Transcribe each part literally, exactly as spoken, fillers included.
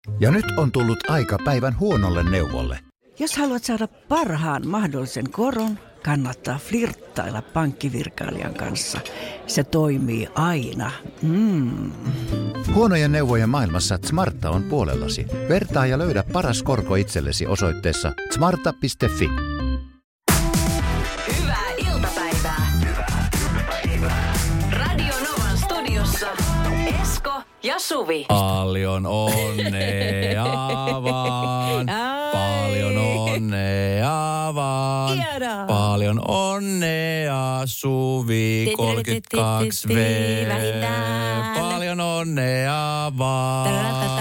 Ja nyt on tullut aika päivän huonolle neuvolle. Jos haluat saada parhaan mahdollisen koron, kannattaa flirttailla pankkivirkailijan kanssa. Se toimii aina. Mm. Huonojen neuvojen maailmassa Smarta on puolellasi. Vertaa ja löydä paras korko itsellesi osoitteessa smarta piste fi. Hyvää iltapäivää. Hyvää iltapäivää. Radio Novan studiossa Esko ja Suvi. Paljon onnea vaan. Paljon onnea vaan. Ihanaa. Paljon onnea Suvi kolmekymmentäkaksi V. Vähintään. Paljon onnea vaan.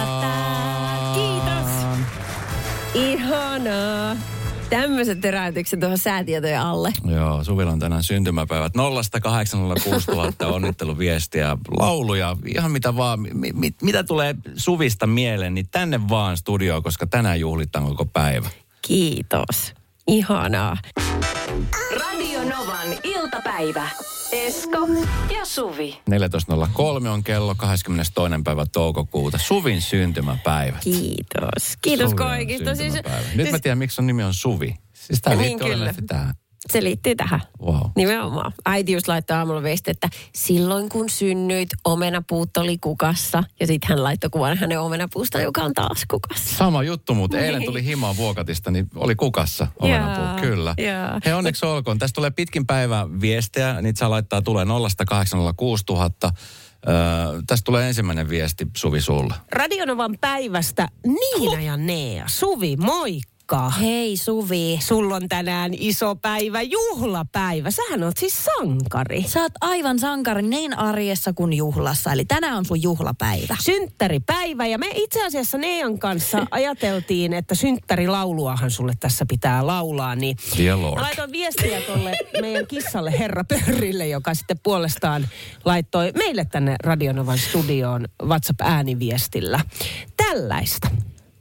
Kiitos. Ihanaa. Tämmöiset teräytykset tuohon säätietojen alle. Joo, Suvilla on tänään syntymäpäivät. nolla kahdeksan nolla kuusi tuhatta onnitteluviestiä, lauluja, ihan mitä vaan. Mi- mi- mitä tulee Suvista mieleen, niin tänne vaan studioon, koska tänään juhlitaan koko päivä. Kiitos. Ihanaa. Radio Novan iltapäivä. Esko ja Suvi. neljätoista nolla kolme on kello kahdeskymmenestoinen päivä toukokuuta. Suvin syntymäpäivät. Kiitos. Kiitos Suvi on kaikista. Siis, syntymäpäivä. Nyt siis, mä tiedän, miksi sun nimi on Suvi. Siis tää Niin, liittyy kyllä. olennaisesti tähän. se liittyy tähän. Wow. Nimenomaan. Äiti just laittoi aamulla viesti, että silloin kun synnyit, omenapuut oli kukassa. Ja sitten hän laittoi kuvan hänen omenapuustaan, joka on taas kukassa. Sama juttu, mutta Niin. eilen tuli himaa Vuokatista, niin oli kukassa omenapuu. Jaa, Kyllä. jaa. Hei, onneksi olkoon. Tästä tulee pitkin päivää viestejä. Niitä saa laittaa tulee nolla kahdeksan nolla kuusi tuhatta. Öö, tästä tulee ensimmäinen viesti, Suvi, sulla. Radionovan päivästä Niina ja Nea. Suvi, moikka. Hei Suvi. Sulla on tänään iso päivä, juhlapäivä. Sähän oot siis sankari. Sä oot aivan sankari niin arjessa kuin juhlassa. Eli tänään on sun juhlapäivä. Synttäripäivä ja me itse asiassa Nean kanssa ajateltiin, että synttärilauluahan sulle tässä pitää laulaa. Niin Dear Lord. mä laitoin viestiä tuolle meidän kissalle Herra Pörrille, joka sitten puolestaan laittoi meille tänne Radionovan studioon WhatsApp-ääniviestillä tällaista.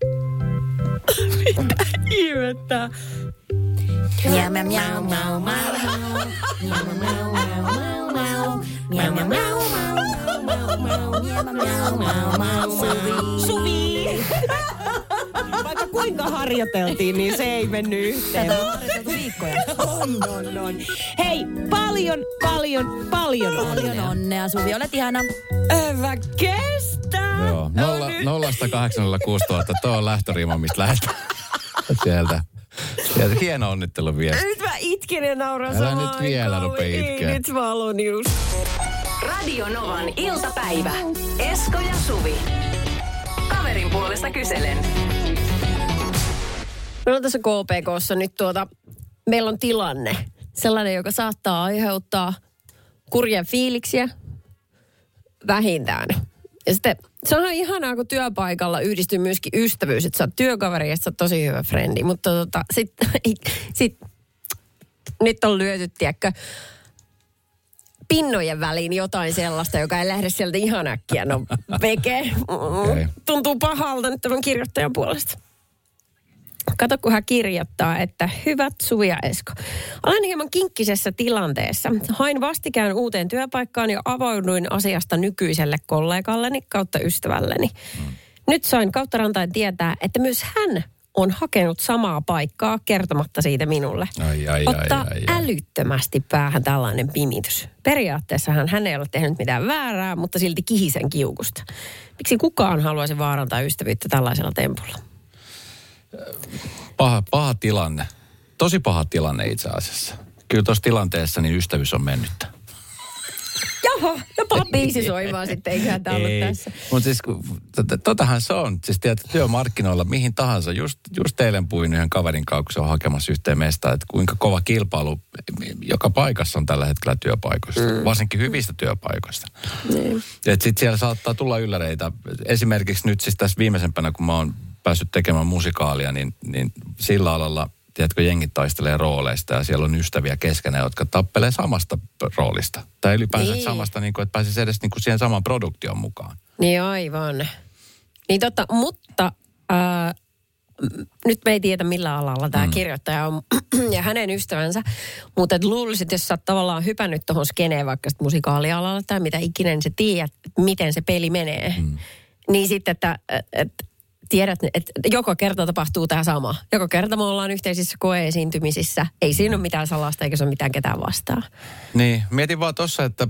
Mitä ihmettä? Miau, miau, miau, miau, miau. Miau, miau, miau, miau, miau. Miau, miau, miau, miau, miau, miau, miau, miau. Suvi. Suvi! Vaikka kuinka harjoiteltiin, niin se ei mennyt yhteen. Tätä on harjoiteltu viikkoja. On, on, on. Hei, paljon, paljon, paljon Paljon onnea. onnea, Suvi. Olet ihana. En mä kestä. Joo, nolla, nollasta kahdeksan nolla kuusi tuhatta. Tuo on lähtöriima, mistä lähdetään. Sieltä. Sieltä hieno onnitteluviesti. Nyt mä itken ja nauran Älä samaan nyt vielä aikaan. rupea Ei, itkeä. nyt mä haluun just. Radio Novan iltapäivä. Esko ja Suvi. Kaverin puolesta kyselen. Meillä on tässä K P K:ssa nyt tuota, meillä on tilanne. Sellainen, joka saattaa aiheuttaa kurjia fiiliksiä vähintään. Ja sitten se on ihanaa, kun työpaikalla yhdistyy myöskin ystävyys, että sä oot työkaveri ja sä oot tosi hyvä frendi. Mutta tota, sitten sit, nyt on lyöty, tiedätkö, pinnojen väliin jotain sellaista, joka ei lähde sieltä ihan äkkiä. No, veke, Okay. tuntuu pahalta nyt tämän kirjoittajan puolesta. Kato, kun hän kirjoittaa, että hyvät Suvi ja Esko. Olen hieman kinkkisessä tilanteessa. Hain vastikään uuteen työpaikkaan ja avauduin asiasta nykyiselle kollegalleni kautta ystävälleni. Nyt sain kautta rantain tietää, että myös hän on hakenut samaa paikkaa kertomatta siitä minulle. Ai, ai, Ottaa ai, ai, ai. älyttömästi päähän tällainen pimitys. Periaatteessahan hän ei ole tehnyt mitään väärää, mutta silti kihisen kiukusta. Miksi kukaan haluaisi vaarantaa ystävyyttä tällaisella tempulla? Paha, paha tilanne. Tosi paha tilanne itse asiassa. Kyllä tuossa tilanteessa niin ystävyys on mennyttä. Jaha, jopa biisi soimaan sitten, eiköhän tämä ollut tässä. Mutta siis tot- totahan se on. Siis tiedät, työmarkkinoilla mihin tahansa. Just, just eilen puhuin yhden kaverin kanssa, kun se on hakemassa yhteen mestaan, että kuinka kova kilpailu joka paikassa on tällä hetkellä työpaikoista. Mm. Varsinkin hyvistä työpaikoista. Niin. Että sitten siellä saattaa tulla ylläreitä. Esimerkiksi nyt siis tässä viimeisempänä, kun mä oon päässyt tekemään musikaalia, niin, niin sillä alalla, tiedätkö, jengit taistelee rooleista ja siellä on ystäviä keskenään, jotka tappelee samasta roolista. Tai ylipäänsä Niin. samasta, niin kuin, että pääsisi edes niin kuin siihen samaan produktion mukaan. Niin aivan. Niin totta, mutta ää, nyt me ei tiedä millä alalla tämä mm. kirjoittaja on ja hänen ystävänsä. Mutta et luulisin, että jos sä oot tavallaan hypännyt tuohon skeneen vaikka sit musikaalialalla tai mitä ikinä, niin sä tiedät, miten se peli menee. Mm. Niin sitten, että et, tiedät, että joka kerta tapahtuu tämä sama. Joka kerta me ollaan yhteisissä koe-esiintymisissä. Ei siinä ole mitään salasta eikä se ole mitään ketään vastaan. Niin, mietin vaan tossa, että,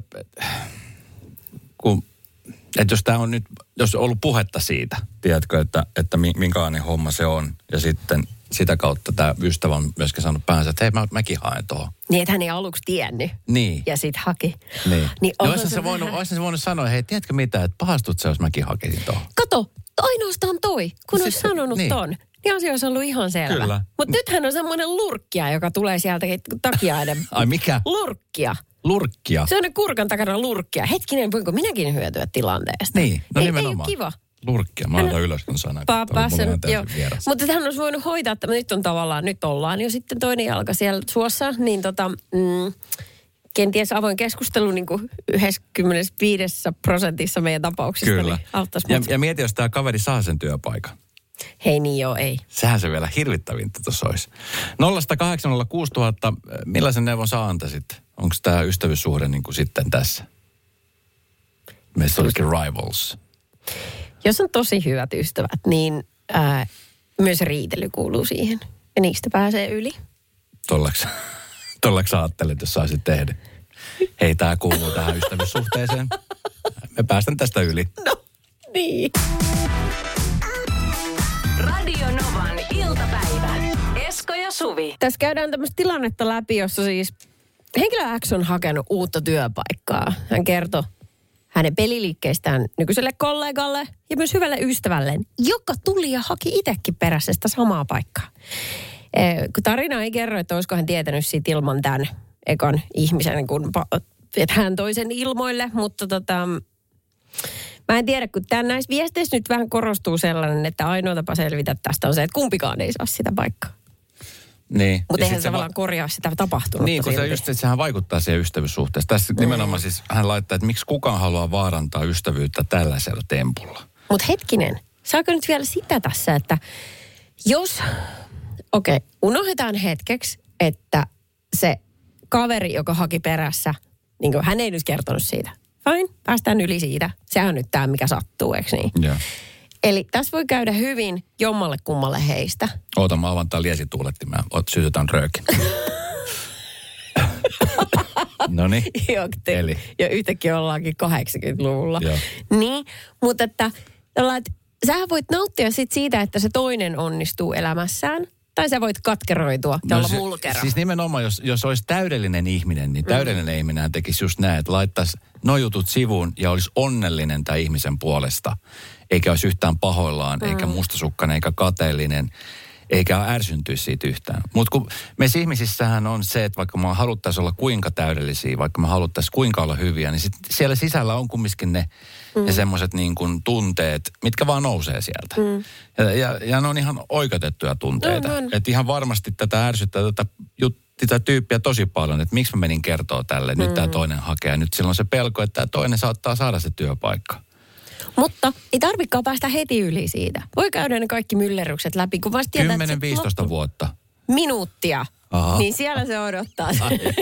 kun, että jos tämä on nyt, jos on ollut puhetta siitä, tiedätkö, että, että minkälainen homma se on. Ja sitten sitä kautta tämä ystävä on myöskin saanut päänsä, että hei, mä, mäkin haen tuohon. Niin, että hän ei aluksi tiennyt. Niin. Ja sit haki. Niin. niin no, olisin se, voinut, vähän... se voinut sanoa, hei, tiedätkö mitä, että pahastut se, jos mäkin hakisin tuohon. Kato, ainoastaan toi, kun olisi Sitten, sanonut niin. ton. Niin asia olisi ollut ihan selvä. Kyllä. Mutta nythän on semmoinen lurkkia, joka tulee sieltä takiaiden. Ai mikä? Lurkkia. Lurkkia. Se on ne kurkan takana lurkkia. Hetkinen, voinko minäkin hyötyä tilanteesta? Niin, no ei, nimenomaan. Ei ole kiva. Lurkkia. Mä laitan ylös ton sanan. Mutta hän olisi voinut hoitaa, että nyt on tavallaan, nyt ollaan jo sitten toinen jalka siellä suossa, niin tota, mm, kenties avoin keskustelu niin kuin yhdeksänkymmentäviisi prosentissa meidän tapauksista. Kyllä. Niin auttaisi ja, ja mieti, jos tämä kaveri saa sen työpaikan. Hei niin joo, ei. Sehän se vielä hirvittävintä tuossa olisi. nolla kahdeksan nolla kuusi tuhatta, millaisen neuvon sä antaisit? Onko tämä ystävyyssuhde niin kuin sitten tässä? Meistä olisikin rivals. Jos on tosi hyvät ystävät, niin ää, myös riitely kuuluu siihen. Ja niistä pääsee yli. Tolleks, tolleks ajattelet, jos saisit tehdä. Hei, tää kuuluu tähän ystävyyssuhteeseen. Me päästään tästä yli. No, niin. Radio Novan iltapäivä. Esko ja Suvi. Tässä käydään tämmöistä tilannetta läpi, jossa siis henkilö X on hakenut uutta työpaikkaa. Hän kertoi hänen peliliikkeistään nykyiselle kollegalle ja myös hyvälle ystävälleen, joka tuli ja haki itsekin perässä sitä samaa paikkaa. Eh, kun tarina ei kerro, että olisiko hän tietänyt siitä ilman tämän ekan ihmisen, kun, että hän toi sen ilmoille, mutta tota, mä en tiedä, kun tämän näissä viesteissä nyt vähän korostuu sellainen, että ainoa tapa selvitä tästä on se, että kumpikaan ei saa sitä paikkaa. Niin. Mutta eihän se se tavallaan va- korjaa sitä tapahtunutta. Niin, kun se just, että sehän vaikuttaa siihen ystävyyssuhteeseen. Tässä mm. nimenomaan siis hän laittaa, että miksi kukaan haluaa vaarantaa ystävyyttä tällaisella tempulla. Mutta hetkinen, saako nyt vielä sitä tässä, että jos, okei, okay, unohdetaan hetkeksi, että se kaveri, joka haki perässä, niin kuin hän ei nyt kertonut siitä. Fine, päästään yli siitä. Sehän on nyt tämä, mikä sattuu, eikö niin? Joo. Eli tässä voi käydä hyvin jommalle kummalle heistä. Oota, mä avaan tää liesituulettimää. Oot, sytytään röökin. Noniin. Eli. Ja yhtäkkiä ollaankin kahdeksankymmentäluvulla. Joo. Niin, mutta että, että sähän voit nauttia sit siitä, että se toinen onnistuu elämässään. Tai sä voit katkeroitua ja no olla se, mulkera. Siis nimenomaan, jos, jos olisi täydellinen ihminen, niin täydellinen mm. ihminen tekisi just näin, että laittaisi nuo jutut sivuun ja olisi onnellinen tämän ihmisen puolesta. Eikä olisi yhtään pahoillaan, mm. eikä mustasukkainen, eikä kateellinen, eikä ärsyntyisi siitä yhtään. Mutta kun meissä ihmisissähän on se, että vaikka me haluttaisiin olla kuinka täydellisiä, vaikka me haluttaisiin kuinka olla hyviä, niin sit siellä sisällä on kumminkin ne, mm. ne semmoiset niin kuin tunteet, mitkä vaan nousee sieltä. Mm. Ja, ja, ja ne on ihan oikeutettuja tunteita. No, no. Että ihan varmasti tätä ärsyttää tätä juttua. Sitä tyyppiä tosi paljon, että miksi mä menin kertoa tälle, nyt mm. tämä toinen hakee. Nyt silloin se pelko, että tämä toinen saattaa saada se työpaikka. Mutta ei tarvikaan päästä heti yli siitä. Voi käydä ne kaikki myllerrykset läpi, kun vasta tietää, kymmenen viisitoista loppu... vuotta. Minuuttia. Aha. Niin siellä se odottaa.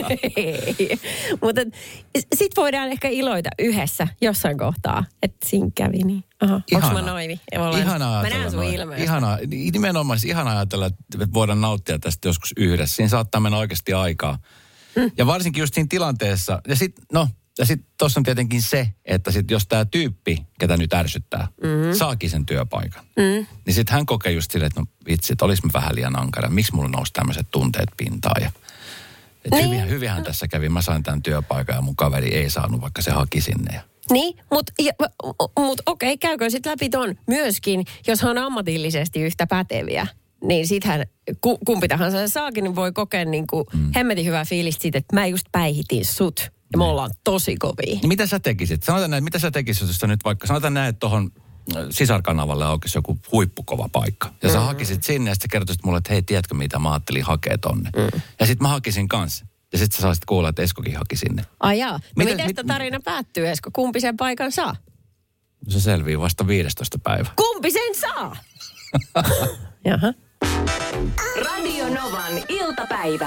Mutta sit voidaan ehkä iloita yhdessä jossain kohtaa, että siinä kävi niin. Aha, onko mä naivi? Ihanaa mä näen sun ilmeestä. Ihanaa, nimenomaan ihanaa ajatella, että voidaan nauttia tästä joskus yhdessä. Siinä saattaa mennä oikeasti aikaa. Mm. Ja varsinkin just siinä tilanteessa. Ja sitten, no, ja sitten tuossa on tietenkin se, että sit jos tämä tyyppi, ketä nyt ärsyttää, mm-hmm. saakin sen työpaikan, mm. niin sitten hän kokee just silleen, että no vitsi, että olis mä vähän liian ankara. Miksi mulla nousi tämmöiset tunteet pintaan? Ja, että niin. hyvihän, hyvihän tässä kävi. Mä sain tämän työpaikan ja mun kaveri ei saanut, vaikka se haki sinne. Ja... Niin, mutta mut, okei, okay, käykö sitten läpi ton myöskin, jos hän on ammatillisesti yhtä päteviä. Niin sittenhän, kumpi tahansa se saakin, niin voi kokea niin kuin mm. hemmetin hyvää fiilistä siitä, että mä just päihitin sut. Ja me ollaan tosi kovia. Niin mitä sä tekisit? Sanotaan näin, mitä sä tekisit, jos sä nyt vaikka, sanotaan näin, että tuohon sisarkanavalle aukesi joku huippukova paikka. Ja sä mm. hakisit sinne ja sitten kertoisit mulle, että hei, tiedätkö mitä mä ajattelin hakea tonne. Mm. Ja sitten mä hakisin kanssa. Ja sitten sä saisit kuulla, että Eskokin haki sinne. Ai jaa. No miten mit, sitä tarina päättyy, Esko? Kumpi sen paikan saa? Se selvii vasta viidestoista päivä. Kumpi sen saa? Jaha. Radio Novan iltapäivä.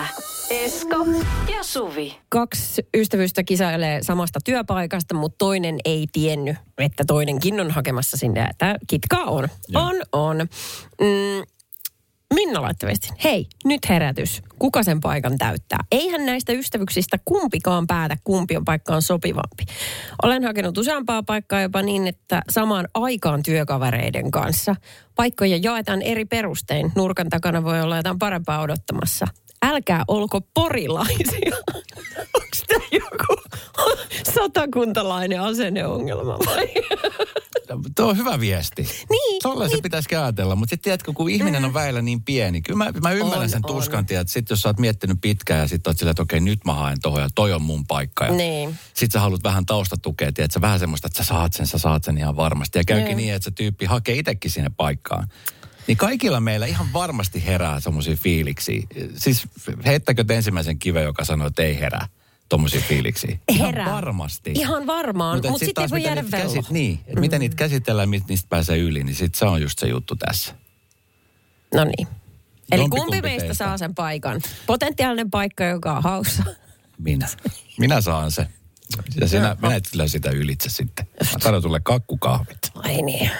Esko ja Suvi. Kaksi ystävystä kisailee samasta työpaikasta, mutta toinen ei tiennyt, että toinenkin on hakemassa sinne. Tämä kitkaa on. Joo. On, on. Mm, Minna laittoi viestin. Hei, nyt herätys. Kuka sen paikan täyttää? Eihän näistä ystävyksistä kumpikaan päätä, kumpi on paikkaan sopivampi. Olen hakenut useampaa paikkaa jopa niin, että samaan aikaan työkavereiden kanssa. Paikkoja jaetaan eri perustein. Nurkan takana voi olla jotain parempaa odottamassa. Älkää olko porilaisia. Onko tämä joku satakuntalainen asenneongelma vai? Tuo on hyvä viesti. Niin. Tolla se niin. pitäisikin ajatella, mutta sitten tiedätkö, kun ihminen on väillä niin pieni, kyllä mä, mä ymmärrän On, sen on. tuskan, että sitten jos sä oot miettinyt pitkään ja sitten oot silleen, että okei, nyt mä haen tohon ja toi on mun paikka. Ja Niin. sitten sä haluat vähän taustatukea, tiedätkö, vähän semmoista, että sä saat sen, sä saat sen ihan varmasti. Ja käykin Joo. niin, että se tyyppi hakee itsekin sinne paikkaan. Niin kaikilla meillä ihan varmasti herää semmoisia fiiliksiä. Siis heittäkö te ensimmäisen kiven, joka sanoo, että ei herää tommosia fiiliksiä? Herää. Ihan varmasti. Ihan varmaan, mutta et mut sitten ei taas, voi miten jäädä niitä vello. käsit- Niin, että miten niitä käsitellään, miten niistä pääsee yli, niin sit se on just se juttu tässä. No niin. Eli Jompi kumpi kumpi meistä teistä. saa sen paikan? Potentiaalinen paikka, joka on haussa. Minä. Minä saan se. Ja sinä menet kyllä sitä ylitse sitten. Mä tarjoan sulle kakkukahvit. Ai niin.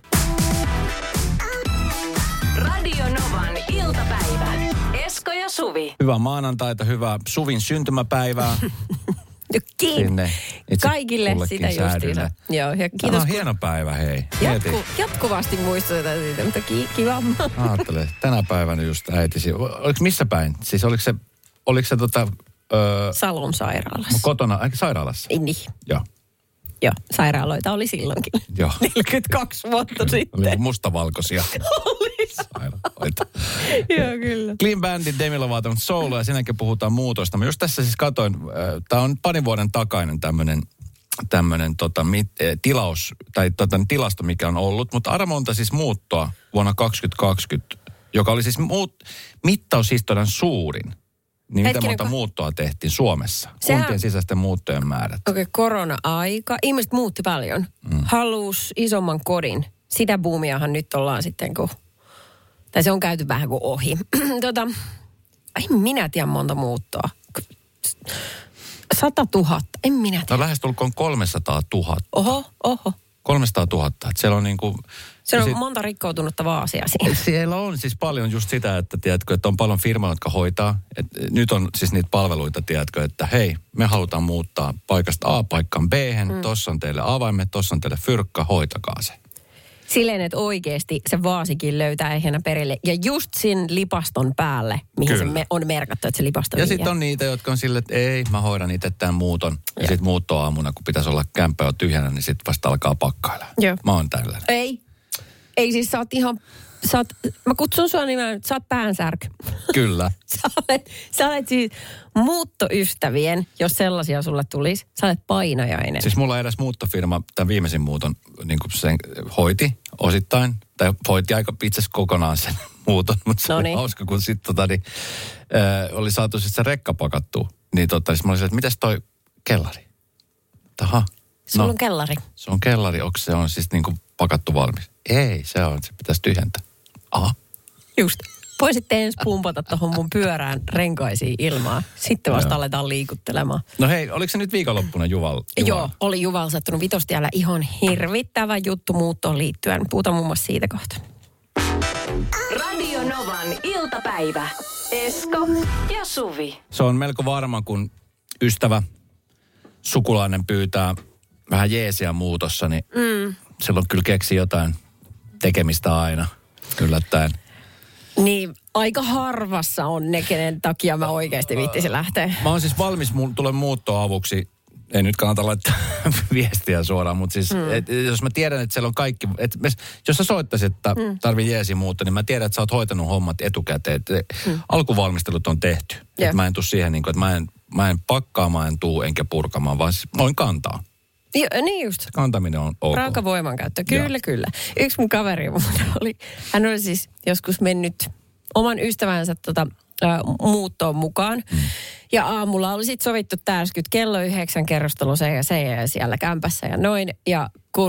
Radio Novan iltapäivä. Esko ja Suvi. Hyvää maanantaita, hyvää Suvin syntymäpäivää Kiin. sinne. Itse Kaikille kullekin sitä justiinsa. säädylle. Joo, ja Tämä kiitos on kun hieno päivä, hei. Mieti. jatku, jatkuvasti muistutetaan siitä, mutta ki, kiva. Aattele, tänä päivänä just äitisi. Oliko missä päin? Siis oliko se, oliko se tota, öö, Salon sairaalassa. kotona, aika sairaalassa? Ei niin. Joo, Joo, sairaaloita oli silloinkin. joo. neljäkymmentäkaksi vuotta Oli sitten. mustavalkoisia Oli. sairaaloita. Joo, kyllä. Clean Bandit, Demi Lovato, mutta soul ja sinäkin puhutaan muutosta. Mä just tässä siis katoin, tämä on parin vuoden takainen tämmöinen tämmöinen tota, mit, eh, tilaus, tai tota, tilasto, mikä on ollut. Mutta arvo monta siis muuttoa vuonna kaksituhattakaksikymmentä, joka oli siis muut, mittaushistorian suurin. Niin Hetkinen, miten monta ko- muuttoa tehtiin Suomessa? Sehän- Kuntien sisäisten muuttojen määrät. Okei, okay, korona-aika. Ihmiset muutti paljon. Mm. Halus isomman kodin. Sitä boomiahan nyt ollaan sitten, kun... Tai se on käyty vähän kuin ohi. tota, ei minä tiedä monta muuttoa. Sata tuhatta. En minä tiedä. No lähestulkoon kolmesataa tuhatta. Oho, oho. kolmesataa tuhatta. Että siellä on niin kuin... Se on sit- monta rikkoutunutta vaasia siinä. Siellä on siis paljon just sitä, että tiedätkö, että on paljon firmoja, jotka hoitaa. Et nyt on siis niitä palveluita, tiedätkö, että hei, me halutaan muuttaa paikasta A paikkaan B, mm. tossa on teille avaimet, tossa on teille fyrkka, hoitakaa se. Silleen, että oikeasti se vaasikin löytää ehjänä perille. Ja just sen lipaston päälle, mihin se Kyllä. me on merkattu, että se lipasto Ja vie. sitten on niitä, jotka on silleen, että ei, mä hoidan itse tämän muuton. Ja Joo. sitten muuttoaamuna, kun pitäisi olla kämppä jo tyhjänä, niin sitten vasta alkaa pakkailla. Joo. Mä oon tällainen. Ei. Ei siis sä oot ihan... Sä oot, mä kutsun sua nimellä, sä oot päänsärky. Kyllä. Sä olet, sä olet siis muuttoystävien, jos sellaisia sulle tulisi. Sä olet painajainen. Siis mulla eräs muuttofirma tämän viimeisen muuton niin kuin sen hoiti osittain, tai hoiti aika itse asiassa kokonaan sen muuton, mutta se oli Noniin. hauska, kun sitten tota, niin, äh, oli saatu sitten se rekka pakattua. Niin tota, siis mä olin silleen, että mitäs toi kellari? Taha. Sulla on kellari. Se on kellari, onko se on siis niin kuin pakattu valmis? Ei, se on, se pitäisi tyhjentää. Aha. Just. Voisitte ensin pumpata tuohon mun pyörään renkaisiin ilmaa. Sitten vasta Joo. aletaan liikuttelemaan. No hei, oliko se nyt viikonloppuna Juval? Juval? Joo, oli Juval sattunut Vitostiellä ihan hirvittävä juttu muuttoon liittyen. Puhutaan muun muassa siitä kohta. Radio Novan iltapäivä. Esko ja Suvi. Se on melko varma, kun ystävä, sukulainen pyytää vähän jeesiä muutossa, niin mm. silloin kyllä keksi jotain tekemistä aina yllättäen. Niin, aika harvassa on ne, kenen takia mä oikeasti viittisin lähteä. Mä oon siis valmis mu- tulen muuttoavuksi. Ei nyt kannata laittaa viestiä suoraan, mutta siis mm. et, jos mä tiedän, että siellä on kaikki, et, jos sä soittaisit, että mm. tarvii jeesi muutta, niin mä tiedän, että sä oot hoitanut hommat etukäteen. Että mm. alkuvalmistelut on tehty. Että mä en tuu siihen, niin kuin, että mä en, mä en pakkaa, mä en tuu enkä purkamaan, vaan siis voin kantaa. Jo, niin just. Kantaminen on ok. Raaka voimankäyttö, kyllä, Joo. kyllä. Yksi mun kaveri oli, hän oli siis joskus mennyt oman ystävänsä tota, ä, muuttoon mukaan. Mm. Ja aamulla oli sitten sovittu tärskyt kello yhdeksän kerrostalo se ja se ja siellä kämpässä ja noin. Ja kun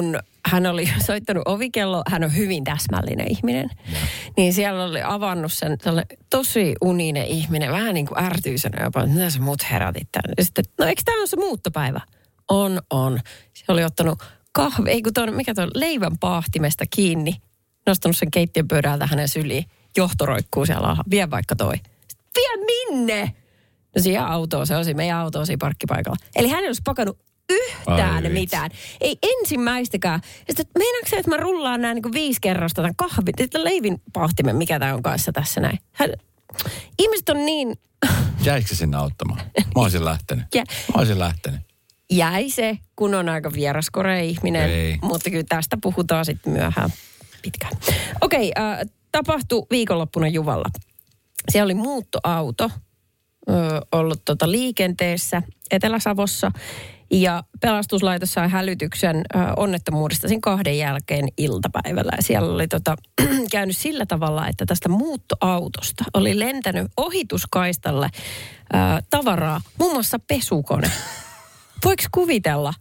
hän oli soittanut ovikello, hän on hyvin täsmällinen ihminen. Ja. Niin siellä oli avannut sen tosi uninen ihminen, vähän niin kuin ärtyisenä jopa, että mitä sä mut herätit tänne. Ja sitten, no eikö tämä ole se muuttopäivä? On, on. Se oli ottanut kahvi, ei kun tuon, mikä tuon leivän paahtimesta kiinni, nostanut sen keittiön pöydältä hänen syliin. Johto roikkuu siellä alhaalla. Vie vaikka toi. Sitten, vie minne? No siihen autoon, se olisi meidän auto siinä parkkipaikalla. Eli hän ei olisi pakannut yhtään Ai mitään. Vitsi. Ei ensimmäistäkään. Ja sitten, meinaatko se, että mä rullaan näin niin kuin viisi kerrosta tämän kahvin, että leivin pahtimen, mikä tämä on kanssa tässä näin. Hän, ihmiset on niin... Jäikö se sinne auttamaan? Mä olisin lähtenyt. Ja, mä olisin lähtenyt. Jäi se, kun on aika vieraskorea ihminen. Ei. Mutta kyllä tästä puhutaan sitten myöhään pitkään. Okei, äh, tapahtui viikonloppuna Juvalla. Siellä oli muuttoauto ö, ollut tota liikenteessä Etelä-Savossa ja pelastuslaitos sai hälytyksen ö, onnettomuudesta siinä kahden jälkeen iltapäivällä. Ja siellä oli tota, käynyt sillä tavalla, että tästä muuttoautosta oli lentänyt ohituskaistalle ö, tavaraa, muun muassa pesukone. Voiko kuvitella?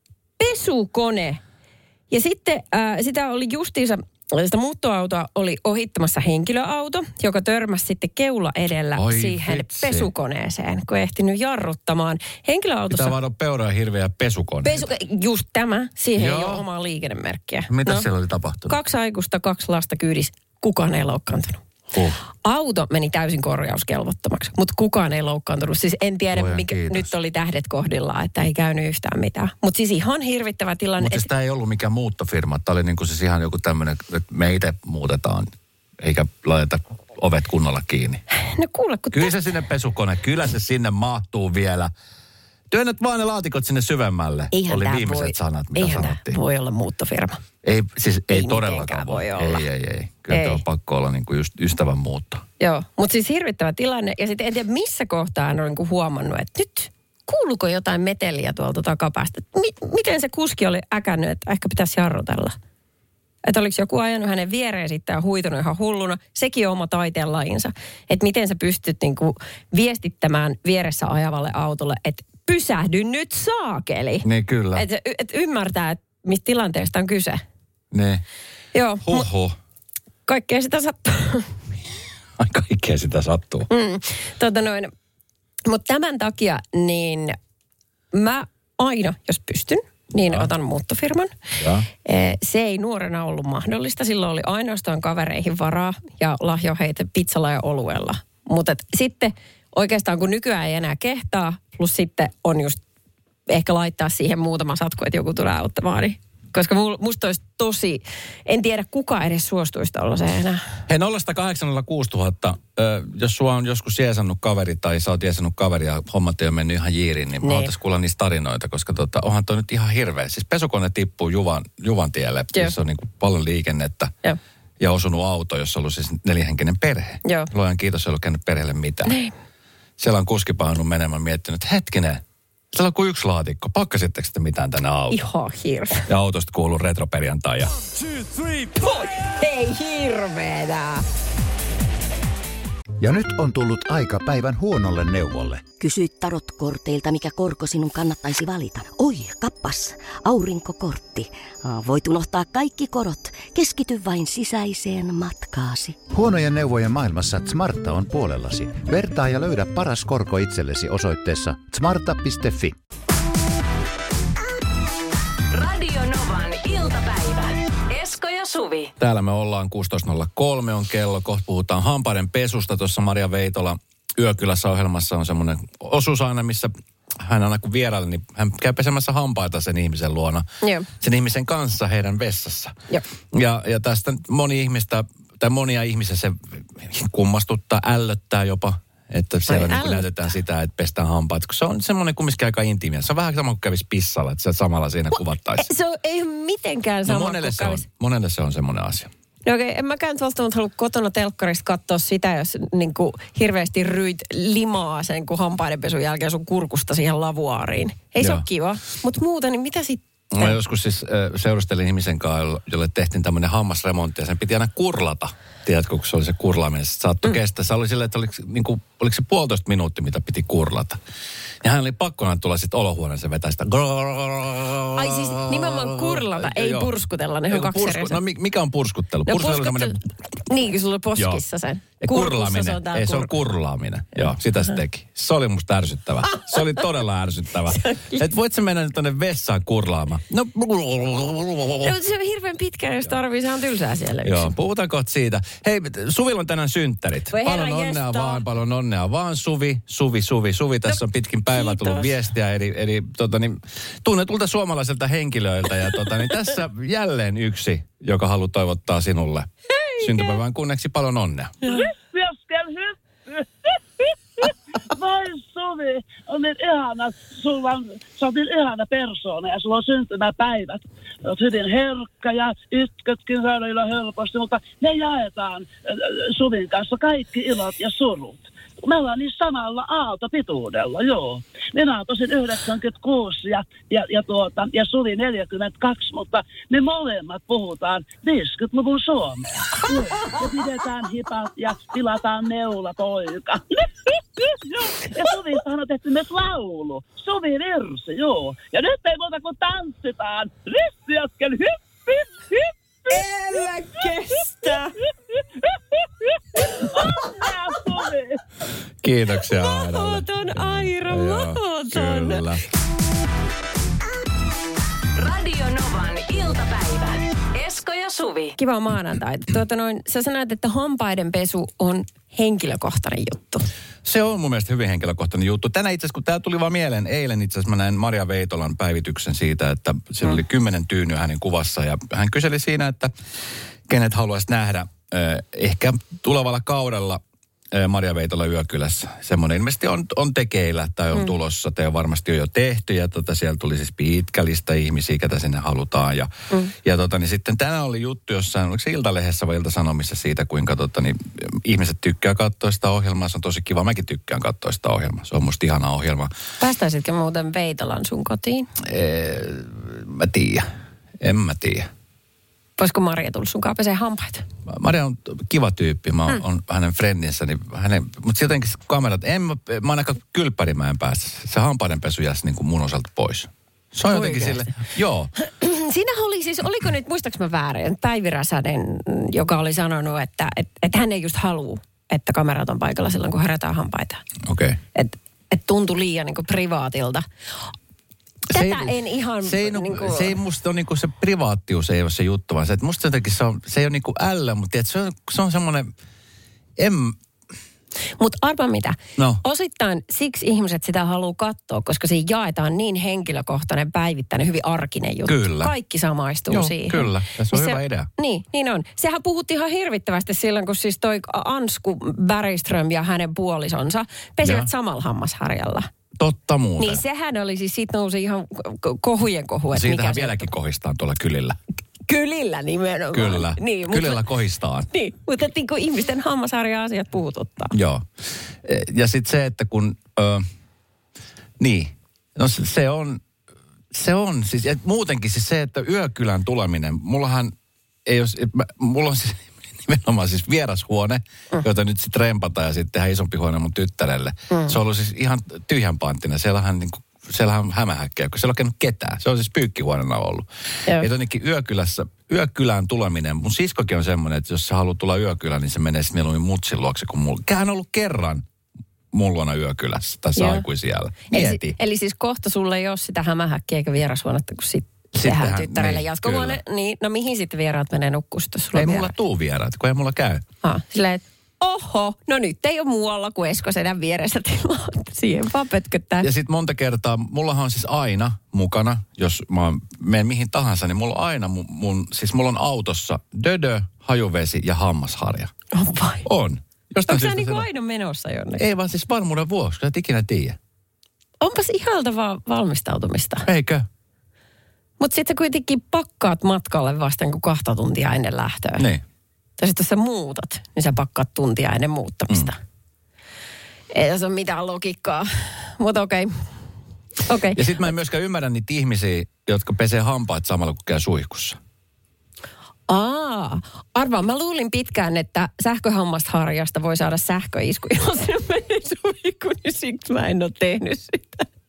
Pesukone. Ja sitten äh, sitä oli justiinsa, sitä muuttoautoa oli ohittamassa henkilöauto, joka törmäsi sitten keula edellä Oi siihen vitsi. pesukoneeseen, kun ei ehtinyt jarruttamaan. Henkilöautossa... Pitää vaan peuraa hirveä pesukone. Pesu... Just tämä. Siihen Joo. ei ole omaa liikennemerkkiä. Mitä no, siellä oli tapahtunut? Kaksi aikuista, kaksi lasta kyydissä. Kukaan ei loukkaantunut. Uh. Auto meni täysin korjauskelvottomaksi, mutta kukaan ei loukkaantunut. Siis en tiedä, Oja, mikä kiitos. Nyt oli tähdet kohdillaan, että ei käynyt yhtään mitään. Mutta siis ihan hirvittävä tilanne. Mutta siis tämä ei ollut mikään muuttofirma. Tämä oli niinku siis ihan joku tämmöinen, että me itse muutetaan, eikä laiteta ovet kunnolla kiinni. No kuule, kun... Kyllä se sinne pesukone, kyllä se sinne mahtuu vielä. Työnnät vaan ne laatikot sinne syvemmälle. Eihän oli viimeiset voi, sanat, mitä eihän sanottiin. Voi olla muuttofirma. Ei, siis ei, ei todellakaan voi. Olla. Ei, ei, ei. Kyllä ei. On pakko olla niinku just ystävän muutto. Joo, mutta siis hirvittävä tilanne. Ja sitten en tiedä missä kohtaa hän on niinku huomannut, että nyt kuuluuko jotain meteliä tuolta takapäästä. M- miten se kuski oli äkännyt, että ehkä pitäisi jarrutella. Että oliko joku ajanut hänen viereen sitten ja huitunut ihan hulluna. Sekin on oma taiteen lajinsa. Että miten sä pystyt niinku viestittämään vieressä ajavalle autolle, että pysähdy nyt saakeli. Niin kyllä. Että et ymmärtää, että mistä tilanteesta on kyse. Niin. Joo. Huhhuh. Kaikkea sitä sattuu. Ai kaikkea sitä sattuu. Mm, tota noin. Mutta tämän takia niin mä aina, jos pystyn, niin ja. otan muuttofirman. Ja. Se ei nuorena ollut mahdollista. Silloin oli ainoastaan kavereihin varaa ja lahjo heitä pizzalla ja oluella. Mutta sitten oikeastaan kun nykyään ei enää kehtaa, plus sitten on just ehkä laittaa siihen muutama satku, että joku tulee auttamaan. Niin. Koska musta olisi tosi, en tiedä kuka edes suostuisi tollaiseen enää. Hei nolla kahdeksan nolla kuusi tuhatta, jos sua on joskus jeesannut kaveri tai sä oot jeesannut kaveri ja hommat ei ole mennyt ihan jiiriin, niin mä niin. otais kuulla niistä tarinoita, koska tota, onhan toi nyt ihan hirveä. Siis pesukone tippuu Juvan, Juvan tielle, jossa on niin kuin paljon liikennettä. Joo. Ja osunut auto, jossa on ollut siis nelihenkinen perhe. Joo. Luojan kiitos, ei ollut käynyt perheelle mitään. Niin. Siellä on kuski pahannut menemään miettinyt, että hetkinen, siellä on kuin yksi laatikko. Pakkasitteko te mitään tänne autoon? Ihan hirveä. Ja autosta kuuluu retroperjantai. Ja... Hei, hirveetä. Ja nyt on tullut aika päivän huonolle neuvolle. Kysy tarotkorteilta, mikä korko sinun kannattaisi valita. Oi, kappas, aurinkokortti. Voit unohtaa kaikki korot. Keskity vain sisäiseen matkaasi. Huonojen neuvojen maailmassa Smarta on puolellasi. Vertaa ja löydä paras korko itsellesi osoitteessa smarta piste fi. Radio Novan iltapäivä. Esko ja Suvi. Täällä me ollaan kuusitoista nolla kolme on kello. Kohta puhutaan hampaiden pesusta. Tuossa Maria Veitola Yökylässä ohjelmassa on semmoinen osuus aina, missä hän aina kun vieraille, niin hän käy pesemässä hampaita sen ihmisen luona. Joo. Sen ihmisen kanssa heidän vessassa. Joo. Ja, ja tästä moni ihmistä, tai monia ihmisiä se kummastuttaa, ällöttää jopa. Että siellä niin näytetään sitä, että pestään hampaat. Se on semmoinen kumminkin aika intiimiä. Se on vähän sama kuin kävisi pissalla, että se samalla siinä kuvattaisiin. Se on, ei ole mitenkään sama no monelle, se on, monelle se on semmoinen asia. No okei, okay, en mäkään välttämättä halua kotona telkkarista katsoa sitä, jos niin kuin hirveästi ryit limaa sen, kun hampaidenpesun jälkeen sun kurkusta siihen lavuaariin. Ei se Joo. ole kiva. Mutta muuten, niin mitä sitten? Mä joskus siis äh, seurustelin ihmisen kanssa, jolle tehtiin tämmöinen hammasremontti ja sen piti aina kurlata. Tiedätkö, kun se oli se kurlaaminen, se saattoi mm. kestää. Se oli silleen, että oliko, niin kuin, oliko se puolitoista minuuttia, mitä piti kurlata. Ja hän oli pakkohan tulla sitten olohuoneeseen vetää sitä. Ai siis nimenomaan kurlata, ei Joo. purskutella. Ne on kaksi pursku, eri asiaa. No mi- mikä on purskuttelu? No Purskutelu on purskuttu- semmoinen... Niin, kun sulla on poskissa sen. Ja Kurkussa kurlaaminen. se on täällä Ei, se on kurku- kurlaaminen. Joo, sitä se teki. Se oli musta ärsyttävä. Se oli todella ärsyttävä. Et voit sä mennä nyt tonne vessaan kurlaamaan? No... No, se on hirveän pitkä, jos tarvii. Se on tylsää siellä yksin. Joo, puhutaan kohta siitä. Hei, Suvilla on tänään synttärit. Voi herra Paljon onnea jestaa. vaan, paljon onnea vaan Suvi, Suvi, Suvi, Suvi. Tässä on pitkin päivää tullut kiitos. viestiä eri, eri tota niin, tunnetulta suomalaiselta henkilöiltä. Ja tota niin, tässä jälleen yksi, joka haluaa toivottaa sinulle syntypäivän kunneksi paljon onnea. Hyppyäskel, hyppy. Vai Suvi, on niin ihana, sulla on, sä oot niin ihana persoona ja sulla on syntymäpäivät. Oot hyvin herkkä ja itkötkin välillä helposti, mutta ne jaetaan äh, Suvin kanssa kaikki ilot ja surut. Me ollaan niin samalla aaltopituudella, joo. Minä olen tosin yhdeksänkymmentäkuusi ja, ja, ja, tuota, ja Suvi neljäkymmentäkaksi, mutta me molemmat puhutaan viisikymmentäluvun suomea. Joo. Ja pidetään hipat ja tilataan neula poika. Ja Suvistahan on tehty myös laulu. Suvi virsi, joo. Ja nyt ei muuta kuin tanssitaan. Ristiäsken, hyppi, hyppi. Älä kestä! Onnea, Suvi! Kiitoksia Aidalle. Mahdoton, Aira, Joo, mahdoton. Kyllä. Radio Novan iltapäivä. Esko ja Suvi. Kiva maanantai. Tuota noin, sä sanoit, että hampaiden pesu on henkilökohtainen juttu. Se on mun mielestä hyvin henkilökohtainen juttu. Tänään itse asiassa, kun tämä tuli vaan mieleen, eilen itse asiassa mä näin Maria Veitolan päivityksen siitä, että siellä oli kymmenen tyynyä hänen kuvassa ja hän kyseli siinä, että kenet haluaisi nähdä eh, ehkä tulevalla kaudella eh, Maria Veitola Yökylässä. Semmoinen ilmeisesti on, on tekeillä tai on mm. tulossa tai on varmasti on jo tehty ja tota, siellä tuli siis pitkä lista ihmisiä, ketä sinne halutaan. Ja, mm. ja tota, niin sitten tänään oli juttu jossain, oliko se Iltalehdessä vai Ilta-Sanomissa siitä, kuinka tota, niin, ihmiset tykkää katsoa sitä ohjelmaa. Se on tosi kiva. Mäkin tykkään katsoa sitä ohjelmaa. Se on musta ihana ohjelma. Päästäisitkö muuten Veitolan sun kotiin? Ee, mä tiedän. En mä tiedä. Voisiko Maria tulla sun kanssa pesee hampaita? Maria on kiva tyyppi. Mä oon mm. on hänen friendinsä, niin hänen, mutta jotenkin kamerat, en mä, mä oon aika kylppärimään päässä. Se hampaidenpesu jäisi niin kuin mun osalta pois. Se on jotenkin Oikeasti? sille, joo. Siinähän oli siis, oliko nyt, muistaaks mä väärin, Päivi Räsänen, joka oli sanonut, että et, et hän ei just halua, että kamerat on paikalla silloin, kun herätään hampaita. Okei. Okay. Että et tuntui liian niin kuin privaatilta. Tätä se ei, en ihan... Se ei, niin kuin... se ei musta ole niinku se privaattius ei ole se juttu, vaan se, että musta jotenkin se, on, se ei ole niinku ällö, mutta tiedät, se on, se on semmoinen... En... Mutta arva mitä? No. Osittain siksi ihmiset sitä haluaa katsoa, koska siinä jaetaan niin henkilökohtainen, päivittäinen, hyvin arkinen juttu. Kyllä. Kaikki samaistuu Joo, siihen. kyllä. Tässä on niin hyvä se, idea. Niin, niin on. Sehän puhuttiin ihan hirvittävästi silloin, kun siis toi Ansku Bergström ja hänen puolisonsa pesivät ja. samalla hammasharjalla. Totta muuten. Niin sehän oli siis, siitä nousi ihan kohujen kohu. Että siitähän mikä vieläkin kohistaan tuolla kylillä. Kylillä nimenomaan. Kyllä, niin, kylillä mutta, kohistaan. Niin, mutta niin kuin ihmisten hammasharja-asiat puhututtaa. Joo. Ja sitten se, että kun... Ö, niin. No se, se on... Se on siis... Ja muutenkin siis se, että Yökylän tuleminen... Mullahan ei ole... Mulla on siis nimenomaan siis vierashuone, mm. jota nyt sitten rempataan ja sitten tehdään isompi huone mun tyttärelle. Mm. Se on ollut siis ihan tyhjän panttina. Siellähän niinku... Siellähän on hämähäkkejä, kun siellä on käynyt ketään. Se on siis pyykkihuoneena ollut. Joo. Ja jotenkin Yökylässä, Yökylään tuleminen, mun siskokin on semmoinen, että jos sä haluat tulla Yökylään, niin se menee sitten mieluummin mutsin luokse kuin mulla. Hän on ollut kerran mun luona Yökylässä, tai se aikui siellä. Mieti. Eli, eli siis kohta sulle ei ole sitä hämähäkkiä eikä vierashuonetta, kun sit tehdään tyttärelle niin, jatkohuone. Niin, no mihin sitten vieraat menee nukkuu, jos sulla ei vieraat? mulla tuu vieraat, kun ei mulla käy. Ah, silleen, että oho, no nyt ei ole muualla kuin Esko Sedän vieressä tilaa. Siihen vaan pötköttää. Ja sitten monta kertaa, mullahan on siis aina mukana, jos mä menen mihin tahansa, niin mulla on aina mun, mun siis mulla on autossa dödö, hajuvesi ja hammasharja. On vai? On. Onko sä niinku aina menossa jonnekin? Ei vaan siis varmuuden vuoksi, kun et ikinä tiedä. Onpas ihaltavaa valmistautumista. Eikö? Mutta sitten sä kuitenkin pakkaat matkalle vasta kuin kahta tuntia ennen lähtöä. Niin. Tai sitten jos sä muutat, niin sä pakkaat tuntia ennen muuttamista. Mm. Ei tässä ole mitään logiikkaa, mutta okei. Okay. Okay. Ja sitten mä en myöskään ymmärrä niitä ihmisiä, jotka pesee hampaat samalla kun käy suihkussa. Aa, arvaa, mä luulin pitkään, että sähköhammasharjasta voi saada sähköisku, jos se menee suihkuun, niin siksi mä en ole tehnyt sitä.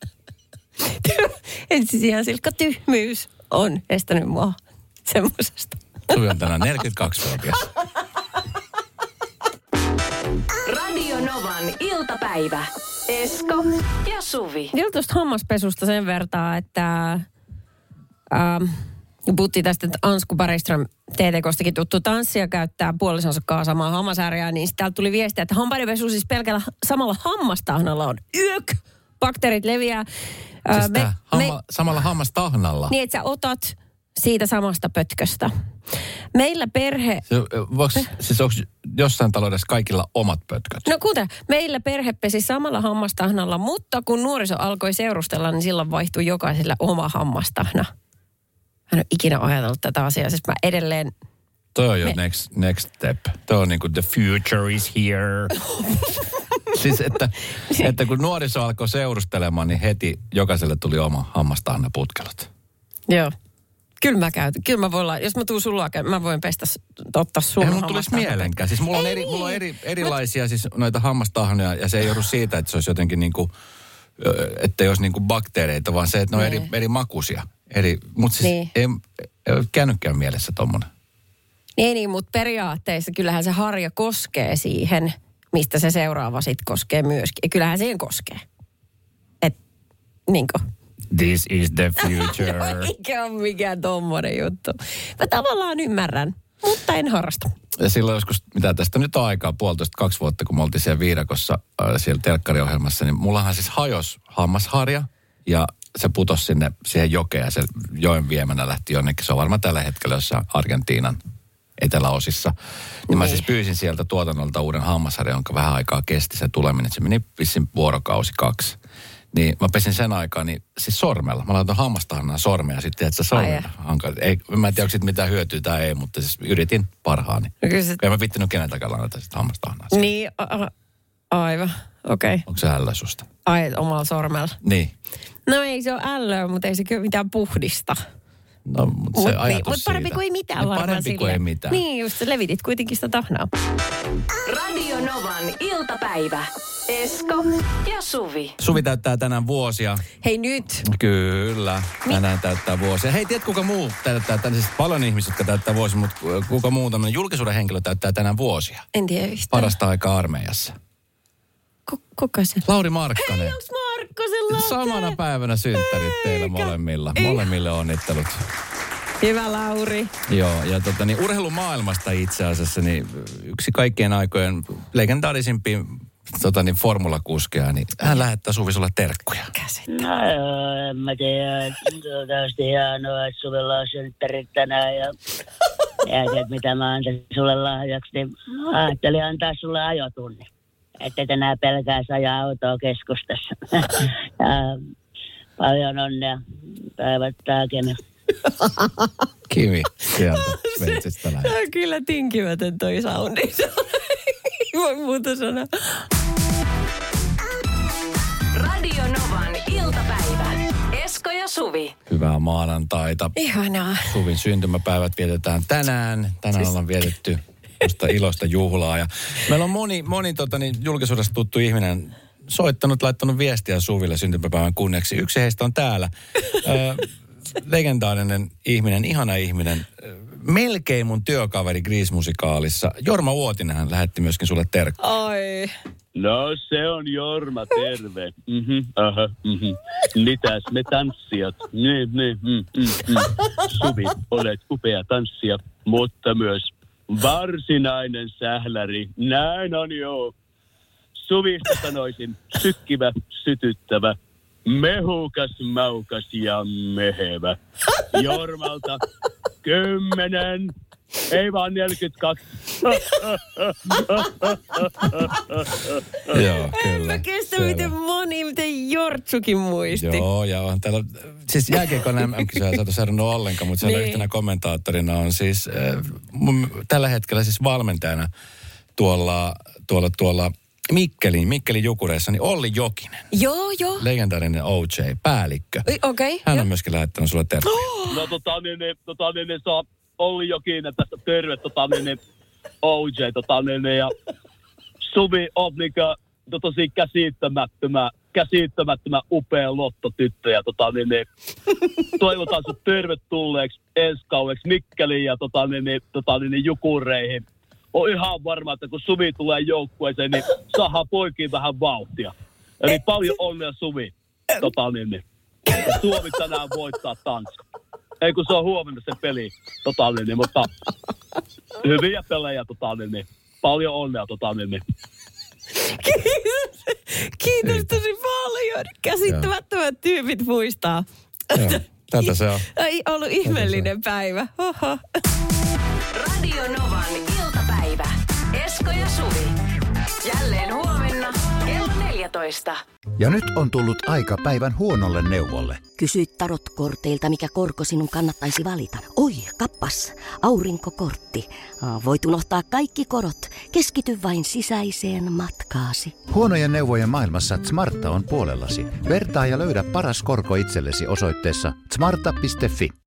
Ensisijainen tyhmyys on estänyt mua semmoisesta. Suvi on tänään neljäkymmentäkaksivuotias. Radio Novan iltapäivä. Esko ja Suvi. Vielä tuosta hammaspesusta sen vertaa, että ähm, puhuttiin tästä, että Ansku Bergström T T K:stakin tuttu tanssija käyttää puolisonsa kanssa samaa hammasärjää, niin sitten täältä tuli viestiä, että hampaidenpesu siis pelkällä samalla hammastahnalla on yök. Bakteerit leviää. Äh, Siis me, hamma, me, samalla hammastahnalla? niin, että sä otat siitä samasta pötköstä. Meillä perhe... Se, voiko, siis onko jossain taloudessa kaikilla omat pötköt? No kuuntele, meillä perhe pesi samalla hammastahnalla, mutta kun nuoriso alkoi seurustella, niin silloin vaihtui jokaiselle oma hammastahna. Hän on ikinä ajatellut tätä asiaa, siis mä edelleen... Toi on jo Me... next, next step. Toi on niinku the future is here. Siis että, että kun nuoriso alkoi seurustelemaan, niin heti jokaiselle tuli oma hammastahna putkelot. Joo. Kyllä mä käytän. Kyllä mä voin, jos mä tuun sun luo, mä voin pestä, ottaa sun Ei mun tulisi mielenkään. Siis mulla on, eri, niin. mulla on eri, erilaisia siis noita hammastahnoja, ja se ei joudu siitä, että se olisi jotenkin niinku, että ei olisi niinku bakteereita, vaan se, että ne on eri, eri makuisia. Eri, mutta siis niin. ei, ei ole käynytkään mielessä tommonen. Ei niin, mutta periaatteessa kyllähän se harja koskee siihen, mistä se seuraava sitten koskee myöskin. Ja kyllähän siihen koskee. Et, niinkö? This is the future. Eikä ole mikään tommonen juttu. Mä tavallaan ymmärrän, mutta en harrasta. Ja silloin joskus, mitä tästä nyt on aikaa, puolitoista, kaksi vuotta, kun me oltiin siellä viidakossa, äh, siellä telkkariohjelmassa, niin mullahan siis hajos hammasharja ja se putosi sinne siihen jokeen ja se joen viemänä lähti jonnekin. Se on varmaan tällä hetkellä jossain Argentiinan eteläosissa. Niin, niin mä siis pyysin sieltä tuotannolta uuden hammasharjan, jonka vähän aikaa kesti se tuleminen. Se meni vissin vuorokausi kaksi. Niin mä pesin sen aikaa, niin siis sormella. Mä laitan hammastahnaan sormea sitten, että se sormella hankala. Ei, mä en tiedä, onko siitä mitään hyötyä tai ei, mutta siis yritin parhaani. No kyllä se... En mä vittinyt keneltäkään laittaa sitä hammastahnaa. Niin, a- a- aivan, okei. Okay. Onko se ällä susta? Ai, omalla sormella. Niin. No ei se ole ällöä, mutta ei se kyllä mitään puhdista. No, mutta se mut, ajatus niin, Mutta parempi siitä. kuin ei mitään niin varmaan parempi kuin ei mitään. Niin, just sä levitit kuitenkin sitä tahnaa. Radio Novan iltapäivä. Esko ja Suvi. Suvi täyttää tänään vuosia. Hei nyt. Kyllä, tänään täyttää vuosia. Hei, tiedät kuka muu täyttää tänään? Siis paljon ihmisiä, jotka täyttää vuosia, mutta kuka muu tämmöinen julkisuuden henkilö täyttää tänään vuosia? En tiedä yhtään. Parasta aikaa armeijassa. K- kuka se? Lauri Markkanen. Hei, onks Markkosella? Samana päivänä synttärit teillä molemmilla. Molemmille onnittelut. Hyvä Lauri. Joo, ja tota, niin urheilumaailmasta itse asiassa niin yksi kaikkien aikojen legendaarisimpia tota, niin formulakuskeja, niin hän lähettää Suvi sulle terkkuja. No joo, en mä tiedä. Toivottavasti hienoa, että Suvilla on synttärit tänään ja, ja se, mitä mä antaisin sulle lahjaksi, niin ajattelin antaa sulle ajotunni. Että et enää pelkäisi ajaa autoa keskustassa. Ja paljon onnea. Päivättää Kemi. Kimi sieltä Sveitsistä lähtee. Se on kyllä tinkimätön toi soundi. Ei voi muuta sanoa. Radio Novan iltapäivä. Esko ja Suvi. Hyvää maanantaita. Ihanaa. Suvin syntymäpäivät vietetään tänään. Tänään siis... ollaan vietetty musta iloista juhlaa. Ja meillä on moni, moni tota, niin, julkisuudesta tuttu ihminen soittanut, laittanut viestiä Suville syntymäpäivän kunniaksi. Yksi heistä on täällä. Ö, legendaarinen ihminen, ihana ihminen. Melkein mun työkaveri Grease-musikaalissa. Jorma Uotinen hän lähetti myöskin sulle terkkuja. Ai. No se on Jorma, terve. Mhm, aha, mhm. Mitäs me tanssijat? Niin, niin, mm, mm, mm. Suvi, olet upea tanssija, mutta myös varsinainen sähläri. Näin on joo. Suvista sanoisin sykkivä, sytyttävä, mehukas, maukas ja mehevä. Jormalta kymmenen, ei vaan neljäkymmentäkaksi. Joo, kyllä. En mä kestä, miten moni, miten Jortsukin muisti. Joo, ja on täällä, siis jääkiekon M M-kisoja sä et ole seurannut ollenkaan, mutta siellä niin. yhtenä kommentaattorina on siis, äh, mun, tällä hetkellä siis valmentajana tuolla, tuolla, tuolla Mikkelin, Mikkelin Jukureissa, niin Olli Jokinen. Joo, joo. Legendaarinen O J-päällikkö. Okei. Okay, Hän jo. on myöskin lähettänyt sulle terveisiä. No tota niin, niin, tota niin, niin saa Olli Jokinen tästä terve, tota niin, niin O J, tota niin, niin ja Suvi on niinkö tosi käsittämättömän käsittämättömän upea lottotyttö. Ja tota, niin, niin, toivotan sut tervetulleeksi ensi kaueksi Mikkeliin ja tota, niin, niin, tota, niin, niin, Jukureihin. On ihan varma, että kun Suvi tulee joukkueeseen, niin saadaan poikiin vähän vauhtia. Eli paljon onnea Suvi. Tota, niin, niin. Ja Suomi tänään voittaa Tanska. Ei kun se on huomenna se peli. Tota, niin, niin, mutta hyviä pelejä. Tota, niin, niin. Paljon onnea. Tota, niin, niin. Kiitos. Kiitos tosi paljon. Käsittämättömät tyypit muistaa. Joo, tätä se on. Ei ollut ihmeellinen päivä. Oho. Radio Novan iltapäivä. Esko ja Suvi. Jälleen huomenna kello neljätoista. Ja nyt on tullut aika päivän huonolle neuvolle. Kysy tarotkorteilta, mikä korko sinun kannattaisi valita. Oi, kappas, aurinkokortti. Voit unohtaa kaikki korot. Keskity vain sisäiseen matkaasi. Huonojen neuvojen maailmassa Smarta on puolellasi. Vertaa ja löydä paras korko itsellesi osoitteessa smarta piste fi.